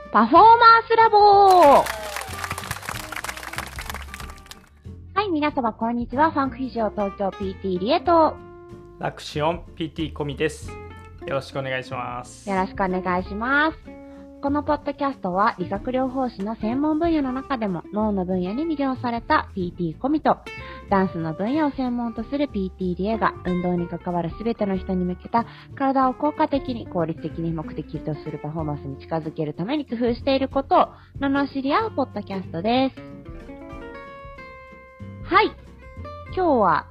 パフォーマンスラボ。はい、皆様こんにちは。ファンクフィジオ東京 PT リエとラクシオン PT コミです。よろしくお願いします。 よろしくお願いします。このポッドキャストは理学療法士の専門分野の中でも脳の分野に魅了された PT コミとダンスの分野を専門とする PT リエが運動に関わるすべての人に向けた体を効果的に効率的に目的とするパフォーマンスに近づけるために工夫していることを罵り合うポッドキャストです。はい。今日は、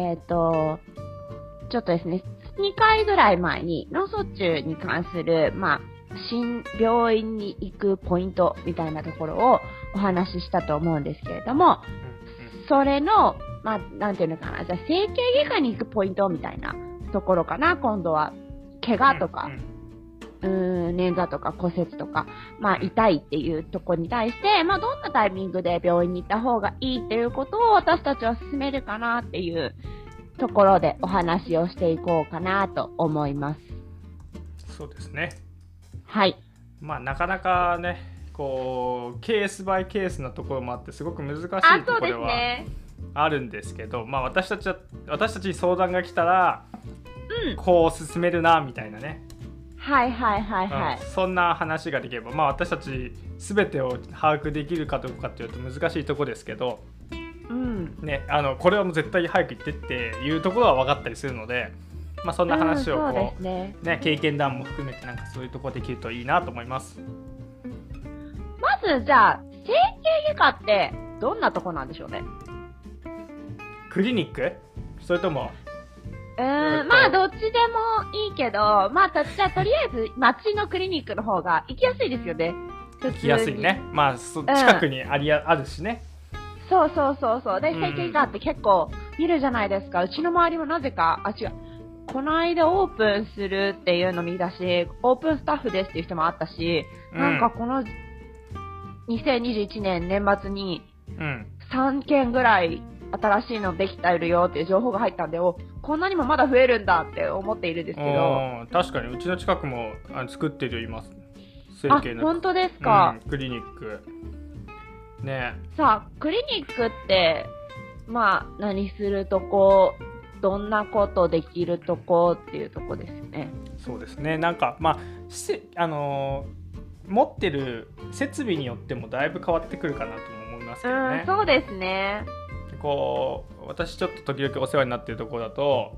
ちょっとですね、2回ぐらい前に脳卒中に関する、病院に行くポイントみたいなところをお話ししたと思うんですけれども、それの、なんていうのかな、じゃあ整形外科に行くポイントみたいなところかな、今度は。怪我とか、捻挫とか骨折とか、痛いっていうところに対して、どんなタイミングで病院に行った方がいいっていうことを私たちは進めるかなっていうところでお話をしていこうかなと思います。 そうですね。 はい。 なかなかね、こうケースバイケースなところもあってすごく難しいところはあるんですけど、私たちに相談が来たら、こう進めるなみたいなね。 はい、 そんな話ができれば、私たち全てを把握できるかどうかっていうと難しいところですけど、これはもう絶対早く言ってっていうところは分かったりするので、そんな話を経験談も含めてそういうところできるといいなと思います。 まずじゃあ整形外科ってどんなとこなんでしょうね。 クリニック？それともどっちでもいいけど、じゃあとりあえず町のクリニックの方が行きやすいですよね。 行きやすいね。近くにあるしね。 そう。で、整形外科って結構見るじゃないですか。うちの周りもなぜか、この間オープンするっていうの見たし、オープンスタッフですっていう人もあったし、この2021年年末に3件ぐらい新しいのできているよっていう情報が入ったんで、こんなにもまだ増えるんだって思っているんですけど。 確かにうちの近くも作ってる人います。整形の。 本当ですか。 クリニックね。 さあクリニックって何するとこ、どんなことできるとこっていうとこですよね。 そうですね。持ってる設備によってもだいぶ変わってくるかなとも思いますけどね。 そうですね。 私ちょっと時々お世話になっているところだと、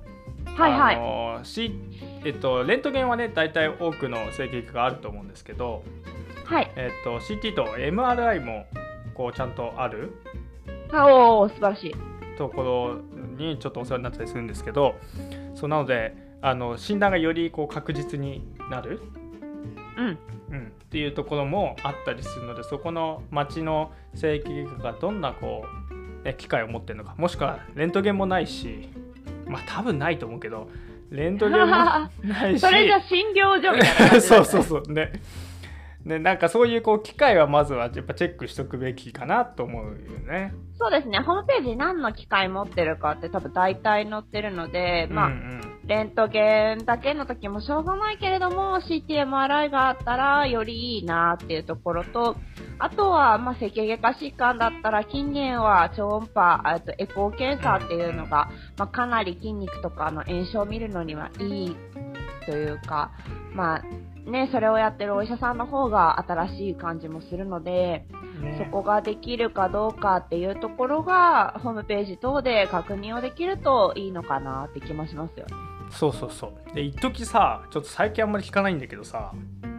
レントゲンはね大体多くの整形外科があると思うんですけど、CT と MRI もちゃんとある素晴らしいところにちょっとお世話になったりするんですけど、そうなので診断がより確実になる、っていうところもあったりするので、そこの町の整形外科がどんな機械を持ってるのか、もしくはレントゲンもないし、多分ないと思うけどレントゲンもないしそれじゃ診療所みたいな感じだね。 そうね。そういう機械はまずはやっぱチェックしとくべきかなと思うよね。 そうですね。ホームページに何の機械持ってるかって多分大体載ってるので、レントゲンだけの時もしょうがないけれども CT、MRI があったらよりいいなっていうところと、あとは整形外科疾患だったら近年は超音波、エコー検査っていうのが、かなり筋肉とかの炎症を見るのにはいいというか、それをやってるお医者さんの方が新しい感じもするので、そこができるかどうかっていうところがホームページ等で確認をできるといいのかなって気もしますよね。 そうで、一時さ、ちょっと最近あんまり聞かないんだけどさ、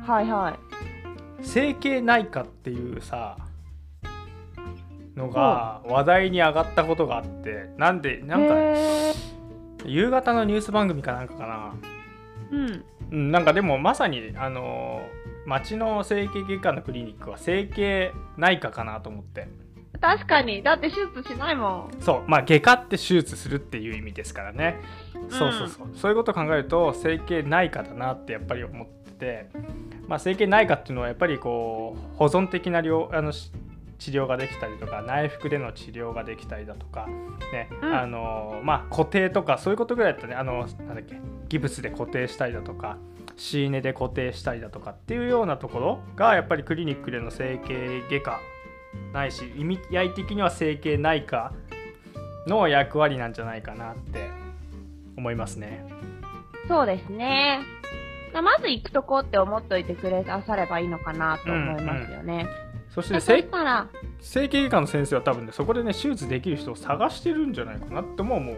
整形内科っていうさのが話題に上がったことがあって、夕方のニュース番組かなんかかな。でもまさに町の整形外科のクリニックは整形内科かなと思って。 確かに、だって手術しないもん。 外科って手術するっていう意味ですからね。そういうことを考えると整形内科だなってやっぱり思ってて、整形内科っていうのはやっぱり保存的な治療ができたりとか、内服での治療ができたりだとかね、固定とかそういうことぐらいだったね。ギブスで固定したりだとか、 椎根で固定したりだとかっていうようなところがやっぱりクリニックでの整形外科ないし意味合い的には整形内科の役割なんじゃないかなって思いますね。 そうですね。まず行くとこって思っといてくれさればいいのかなと思いますよね。 そして整形外科の先生は多分ねそこでね手術できる人を探してるんじゃないかなっても思う。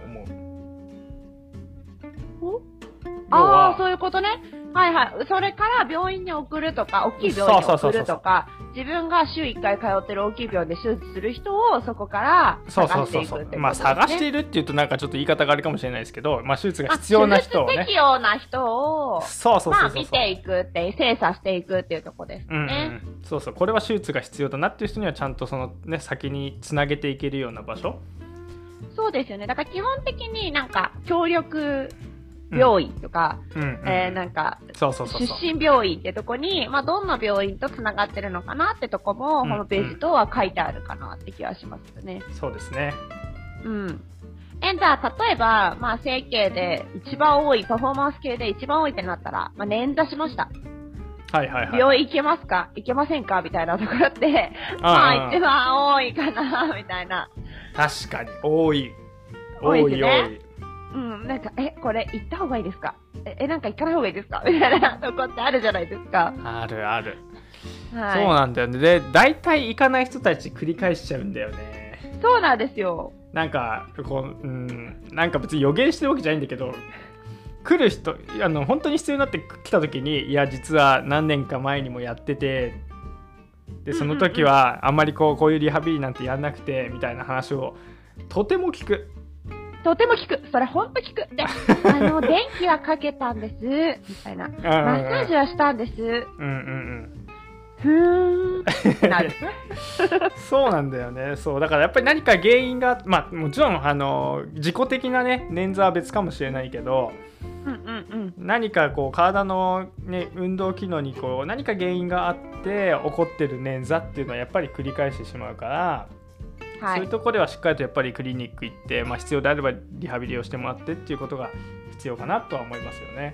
ああ、そういうことね。はいはい。それから病院に送るとか、大きい病院に送るとか、自分が週1回通ってる大きい病院で手術する人をそこから探していくってことですね。 まあ探しているっていうとなんかちょっと言い方があるかもしれないですけど、まあ手術が必要な人をね。 手術適用な人を、まあ見ていくって、精査していくっていうところですね。 そうそう。これは手術が必要だなっていう人にはちゃんとそのね、先につなげていけるような場所。 そうですよね。だから基本的になんか協力病院とか、なんか、出身病院ってとこに、まあ、どんな病院とつながってるのかなってとこも、ホームページとは書いてあるかなって気がしますよね。 そうですね。 じゃあ、例えば、まあ、整形で一番多い、パフォーマンス系で一番多いってなったら、まあ、捻挫しました。病院行けますか行けませんかみたいなところって、まあ、一番多いかな、みたいな。 確かに、多い。 多いですね。なんか、これ行った方がいいですかなんか行かない方がいいですかみたいなとこってあるじゃないですか。 ある。はい、そうなんだよね。で、大体行かない人たち繰り返しちゃうんだよね。 そうなんですよ。 なんか、なんか別に予言してるわけじゃないんだけど、来る人、本当に必要になってきた時に、いや、実は何年か前にもやってて、で、その時はあんまりこういうリハビリなんてやんなくて、みたいな話をとても聞く。 とても聞く。それほんと聞く。で、電気はかけたんです。みたいな。マッサージはしたんです。ふーんってなる。 そうなんだよね。そう。だからやっぱり何か原因が、まあもちろん、自己的なね、捻挫は別かもしれないけど、何かこう体のね、運動機能にこう何か原因があって起こってる捻挫っていうのはやっぱり繰り返してしまうから、そういうところではしっかりとやっぱりクリニック行って、まあ、必要であればリハビリをしてもらってっていうことが必要かなとは思いますよね。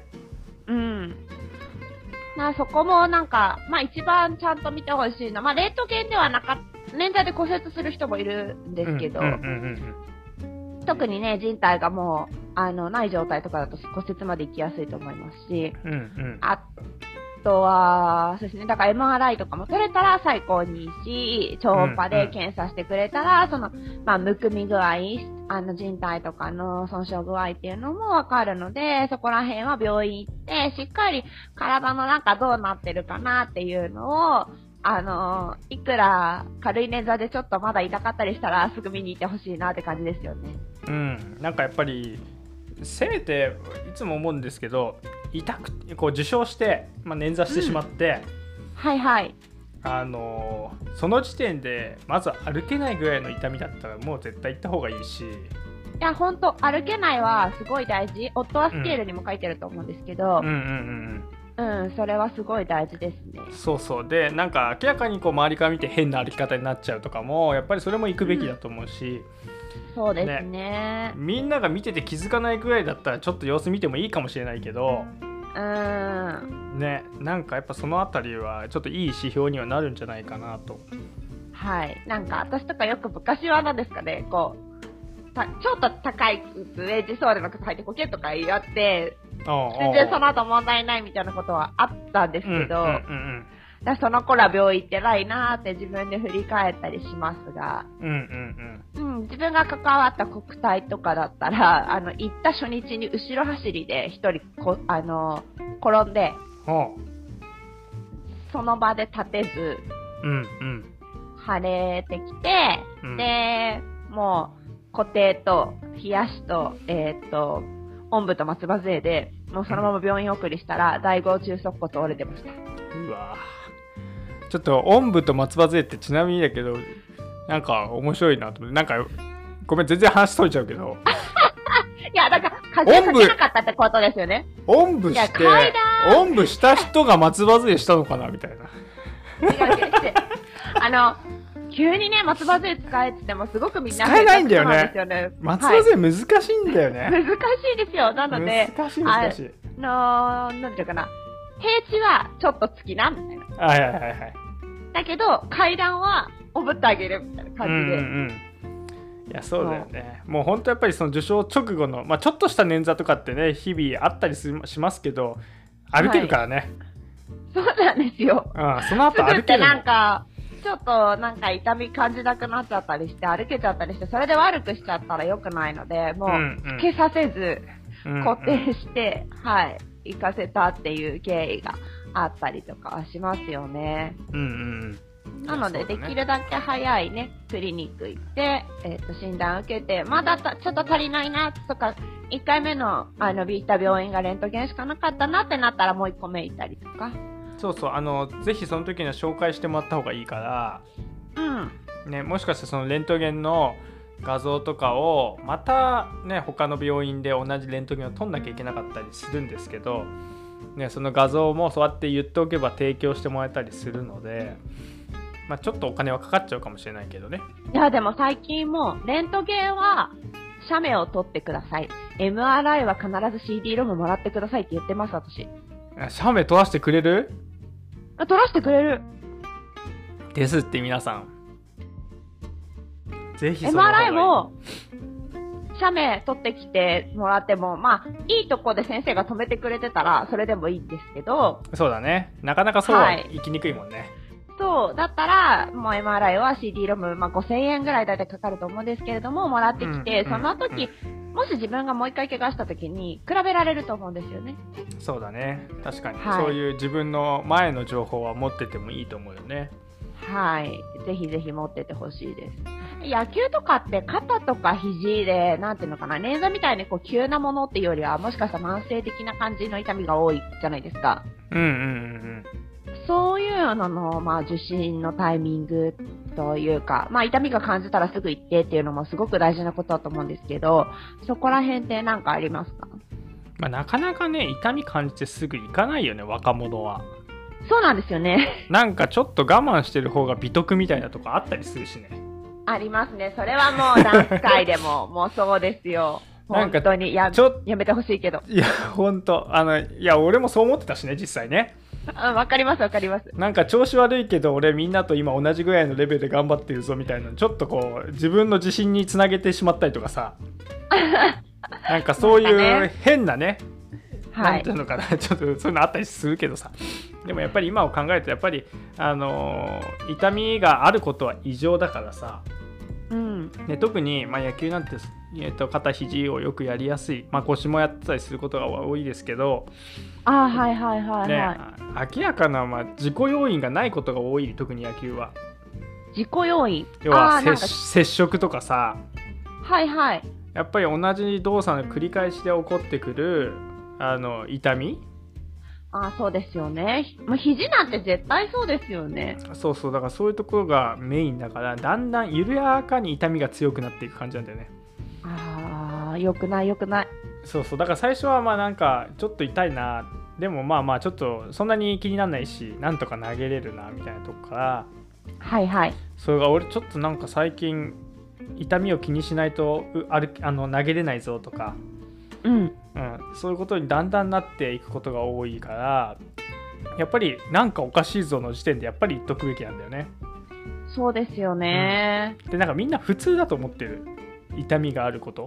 そこもなんか、まあ一番ちゃんと見てほしいのは、まあレントゲンでは捻挫で骨折する人もいるんですけど、特にね、人体がもう、ない状態とかだと骨折まで行きやすいと思いますし、あとは、そうですね。だから MRI とかも取れたら最高にいいし、超音波で検査してくれたら、まあ、むくみ具合、人体とかの損傷具合っていうのもわかるので、そこら辺は病院行って、しっかり体の中どうなってるかなっていうのを、いくら軽い捻挫でちょっとまだ痛かったりしたら、すぐ見に行ってほしいなって感じですよね。 なんかやっぱり、せめていつも思うんですけど、痛くこう受傷して、まあ、捻挫してしまって、その時点でまず歩けないぐらいの痛みだったらもう絶対行った方がいいし、いや本当歩けないはすごい大事。夫はスケールにも書いてると思うんですけど、それはすごい大事ですね。 そうで、なんか明らかにこう周りから見て変な歩き方になっちゃうとかもやっぱりそれも行くべきだと思うし、 そうですね。 みんなが見てて気づかないぐらいだったらちょっと様子見てもいいかもしれないけど、なんかやっぱそのあたりはちょっといい指標にはなるんじゃないかなと。 なんか私とかよく昔はなんですかね、こうちょっと高い靴、ウェッジソールの靴履いてこけとかやって、全然その後問題ないみたいなことはあったんですけど、その頃は病院行ってないなーって自分で振り返ったりしますが、自分が関わった国体とかだったら、行った初日に後ろ走りで一人転んで、その場で立てず、腫れてきて、で、もう固定と冷やしと、おんぶと松葉杖で、もうそのまま病院送りしたら、第5中足骨折れてました。 うわちょっとおんぶと松葉杖ってちなみにだけど、なんか面白いなと思って、なんかごめん全然話取れちゃうけどいやだから風かけなかったってことですよね。 おんぶしておんぶした人が松葉杖したのかなみたいな急にね松葉杖使えって言ってもすごくみんな使えないんだよね。松葉杖難しいんだよね。 難しいですよ。なので難しい。 なんていうかな、 平地はちょっとつきな、みたいな。 はいはいはいはい。 だけど、階段はおぶってあげる、みたいな感じで。 いや、そうだよね。もう本当やっぱりその受賞直後の、ちょっとした捻挫とかってね、日々あったりしますけど、歩けるからね。 そうなんですよ。 その後歩けるの。すぐってなんか、ちょっとなんか痛み感じなくなっちゃったりして、歩けちゃったりして、それで悪くしちゃったら良くないので、もう、つけさせず、固定して、はい、行かせたっていう経緯があったりとかはしますよね。なので、できるだけ早いね、クリニック行って、診断受けて、まだちょっと足りないな、とか、1回目の、行った病院がレントゲンしかなかったなってなったら、もう1個目行ったりとか。 そうそう、ぜひその時には紹介してもらった方がいいから、ね、もしかしてそのレントゲンの画像とかをまたね、他の病院で同じレントゲンを撮んなきゃいけなかったりするんですけど、ね、その画像もそうやって言っておけば提供してもらえたりするので、ちょっとお金はかかっちゃうかもしれないけどね。 いや、でも最近もレントゲンは写メを撮ってください。MRI は必ず CD ロムもらってくださいって言ってます、私。 写メ撮らせてくれる？ 撮らせてくれる。 ですって皆さん。ぜひその MRI も写メ撮ってきてもらっても、いいとこで先生が止めてくれてたらそれでもいいんですけど。 そうだね。なかなかそうは行きにくいもんね。 そう。だったら、もう MRI は CD ロム、5000円ぐらいだいたいかかると思うんですけれども、もらってきて、その時、もし自分がもう一回怪我した時に比べられると思うんですよね。 そうだね。確かに、そういう自分の前の情報は持っててもいいと思うよね。 はい。ぜひぜひ持っててほしいです。野球とかって肩とか肘で、なんていうのかな、捻挫みたいに急なものっていうよりは、もしかしたら慢性的な感じの痛みが多いじゃないですか。そういうのの、受診のタイミングというか、痛みが感じたらすぐ行ってっていうのもすごく大事なことだと思うんですけど、そこら辺って何かありますか？ なかなかね、痛み感じてすぐ行かないよね、若者は。 そうなんですよね。 なんかちょっと我慢してる方が美徳みたいなとこあったりするしね。 ありますね。それはもうダンス界でも、もうそうですよ。本当にやめてほしいけど。 いや、本当いや、俺もそう思ってたしね、実際ね。 わかりますわかります。 なんか調子悪いけど俺みんなと今同じぐらいのレベルで頑張ってるぞみたいな、ちょっと自分の自信につなげてしまったりとかさなんかそういう変なね、なんていうのかな、ちょっとそういうのあったりするけどさ、でもやっぱり今を考えるとやっぱり痛みがあることは異常だからさ、ね、特に野球なんて、肩肘をよくやりやすい、腰もやってたりすることが多いですけど、明らかな、自己要因がないことが多い、特に野球は。 自己要因、 要は接触とかさ、やっぱり同じ動作の繰り返しで起こってくる痛み。 そうですよね。肘なんて絶対そうですよね。 そうそう、だからそういうところがメインだから、だんだん緩やかに痛みが強くなっていく感じなんだよね。 よくないよくない。 そうそう、だから最初はなんかちょっと痛いな、でもちょっとそんなに気にならないし、なんとか投げれるなみたいなとこから、それが俺ちょっとなんか最近痛みを気にしないと投げれないぞとか、そういうことにだんだんなっていくことが多いから、やっぱりなんかおかしいぞの時点でやっぱり言っとくべきなんだよね。 そうですよね。 で、なんかみんな普通だと思ってる、痛みがあること。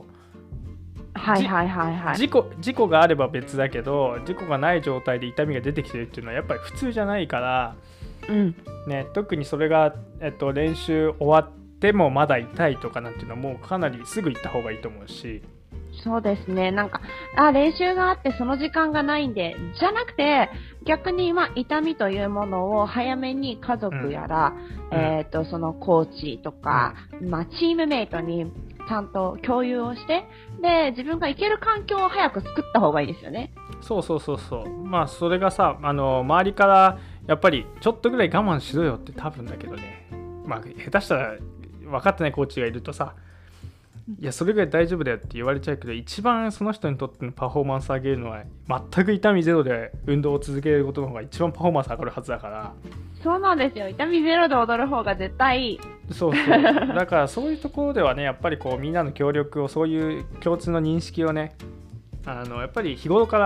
事故があれば別だけど、事故がない状態で痛みが出てきてるっていうのはやっぱり普通じゃないから、特にそれが、練習終わってもまだ痛いとかなんていうのはもうかなりすぐ行った方がいいと思うし。 そうですね。なんか、練習があってその時間がないんで、じゃなくて、逆に痛みというものを早めに家族やら、そのコーチとか、チームメイトにちゃんと共有をして、で、自分が行ける環境を早く作った方がいいですよね。 そう。それがさ、周りからやっぱりちょっとぐらい我慢しろよって多分だけどね。下手したら分かってないコーチがいるとさ、いやそれぐらい大丈夫だよって言われちゃうけど、一番その人にとってのパフォーマンス上げるのは全く痛みゼロで運動を続けることの方が一番パフォーマンス上がるはずだから。 そうなんですよ。痛みゼロで踊る方が絶対いい。 そうだからそういうところではね、やっぱりみんなの協力を、そういう共通の認識をね、やっぱり日頃から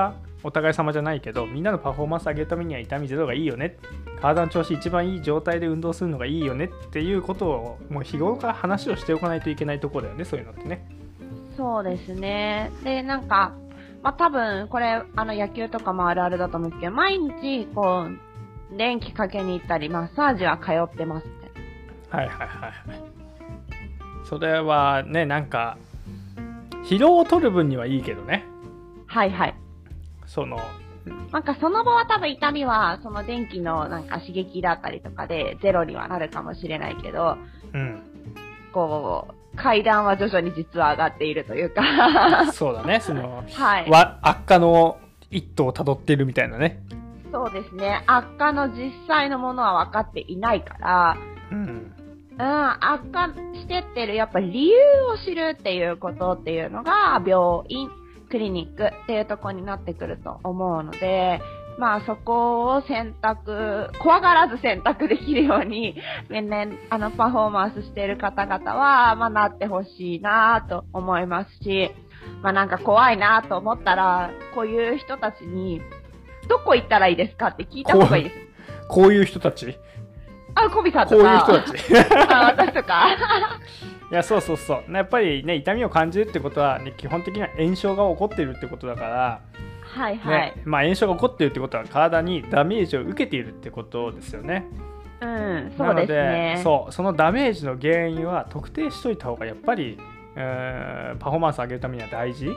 お互い様じゃないけど、みんなのパフォーマンス上げるためには痛みゼロがいいよね、体の調子一番いい状態で運動するのがいいよねっていうことをもう日頃から話をしておかないといけないところだよね、そういうのってね。 そうですね。で、なんか、多分、これ、野球とかもあるあるだと思うんですけど、毎日、こう、電気かけに行ったり、マッサージは通ってますって。 はいはいはいはい。それはね、なんか、疲労を取る分にはいいけどね。 はいはい。 なんかその後は多分痛みは、その電気のなんか刺激だったりとかで、ゼロにはなるかもしれないけど、こう、階段は徐々に実は上がっているというかそうだね、 はい、 悪化の一途をたどっているみたいなね。 そうですね。悪化の実際のものは分かっていないから、悪化してってる、やっぱり理由を知るっていうことっていうのが、病院、クリニックっていうところになってくると思うので、そこを怖がらず選択できるように、パフォーマンスしている方々は、なってほしいなと思いますし、なんか怖いなと思ったら、こういう人たちに、どこ行ったらいいですかって聞いた方がいいです。 こういう人たち？ コビさんとか。 こういう人たち。 私とか。 いや、そう。やっぱりね、痛みを感じるってことは、ね、基本的には炎症が起こっているってことだから、 はいはい。 ね、炎症が起こっているってことは体にダメージを受けているってことですよね。 そうですね。 そのダメージの原因は特定しといた方がやっぱり、パフォーマンス上げるためには大事。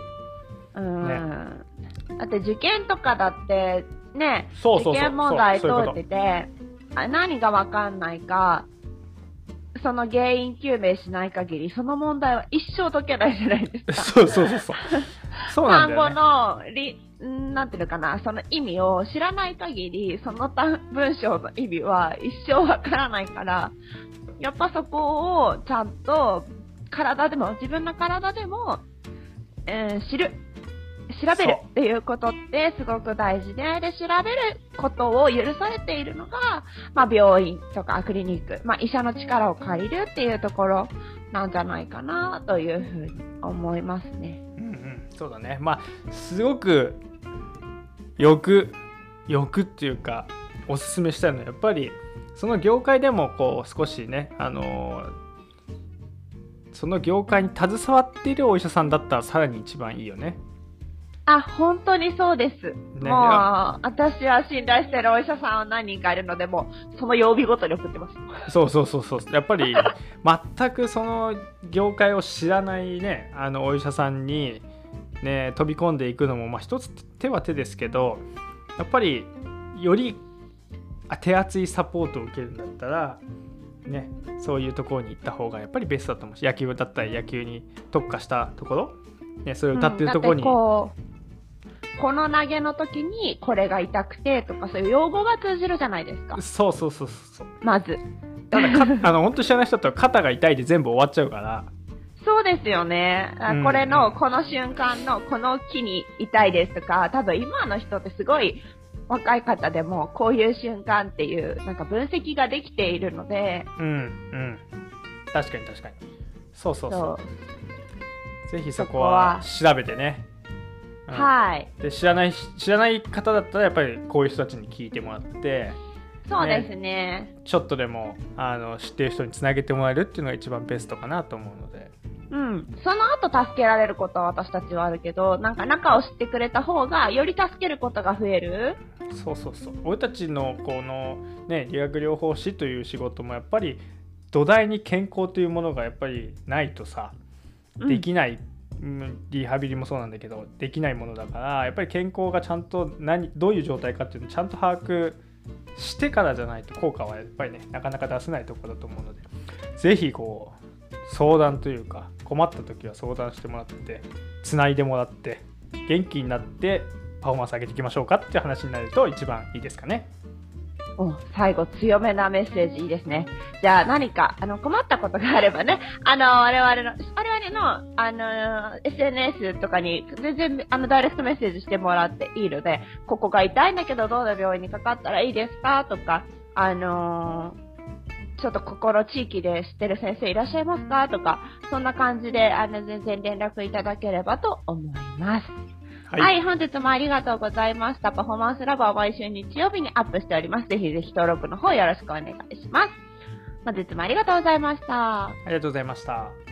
だって受験とかだってね、受験問題通ってて、何がわかんないか、その原因究明しない限り、その問題は一生解けないじゃないですか。そうなんだよね。単語のなんていうのかな、その意味を知らない限り、その文章の意味は一生わからないから、やっぱそこをちゃんと自分の体でも、調べるっていうことってすごく大事で、調べることを許されているのが、病院とかクリニック、医者の力を借りるっていうところなんじゃないかなというふうに思いますね。 そうだね。すごく欲っていうかおすすめしたいのはやっぱりその業界でもこう少しね、その業界に携わっているお医者さんだったらさらに一番いいよね。 本当にそうです。ね、もう、私は信頼してるお医者さんは何人かいるので、もう、その曜日ごとに送ってます。 そう。やっぱり、全くその業界を知らないね、お医者さんに、ね、飛び込んでいくのも、一つ手は手ですけど、やっぱり、より手厚いサポートを受けるんだったら、ね、そういうところに行った方がやっぱりベストだと思うし、野球だったら野球に特化したところ、ね、そういう歌ってるところに、 この投げの時にこれが痛くてとかそういう用語が通じるじゃないですか。 そう。 まず。 ただ本当知らない人だったら肩が痛いで全部終わっちゃうから。 そうですよね。これのこの瞬間のこの木に痛いですとか、多分今の人ってすごい若い方でもこういう瞬間っていうなんか分析ができているので。 確かに。そう。ぜひそこは調べてね。で知らない方だったらやっぱりこういう人たちに聞いてもらって、 そうですね。 ちょっとでも知ってる人につなげてもらえるっていうのが一番ベストかなと思うので。 その後助けられることは私たちはあるけど、なんか中を知ってくれた方がより助けることが増える。 そう。俺たちのこのね理学療法士という仕事もやっぱり土台に健康というものがやっぱりないとさ、できない。リハビリもそうなんだけどできないものだから、やっぱり健康がちゃんとどういう状態かっていうのをちゃんと把握してからじゃないと効果はやっぱりねなかなか出せないところだと思うので、ぜひこう相談というか困った時は相談してもらってつないでもらって元気になってパフォーマンス上げていきましょうかっていう話になると一番いいですかね。 最後強めなメッセージいいですね。じゃあ何か困ったことがあればね、我々のSNS とかに全然ダイレクトメッセージしてもらっていいので、ここが痛いんだけどどうだ病院にかかったらいいですかとか、ちょっと地域で知ってる先生いらっしゃいますかとか、そんな感じで全然連絡いただければと思います。 はい、本日もありがとうございました。パフォーマンスラボは毎週日曜日にアップしております。ぜひぜひ登録の方よろしくお願いします。本日もありがとうございました。 ありがとうございました。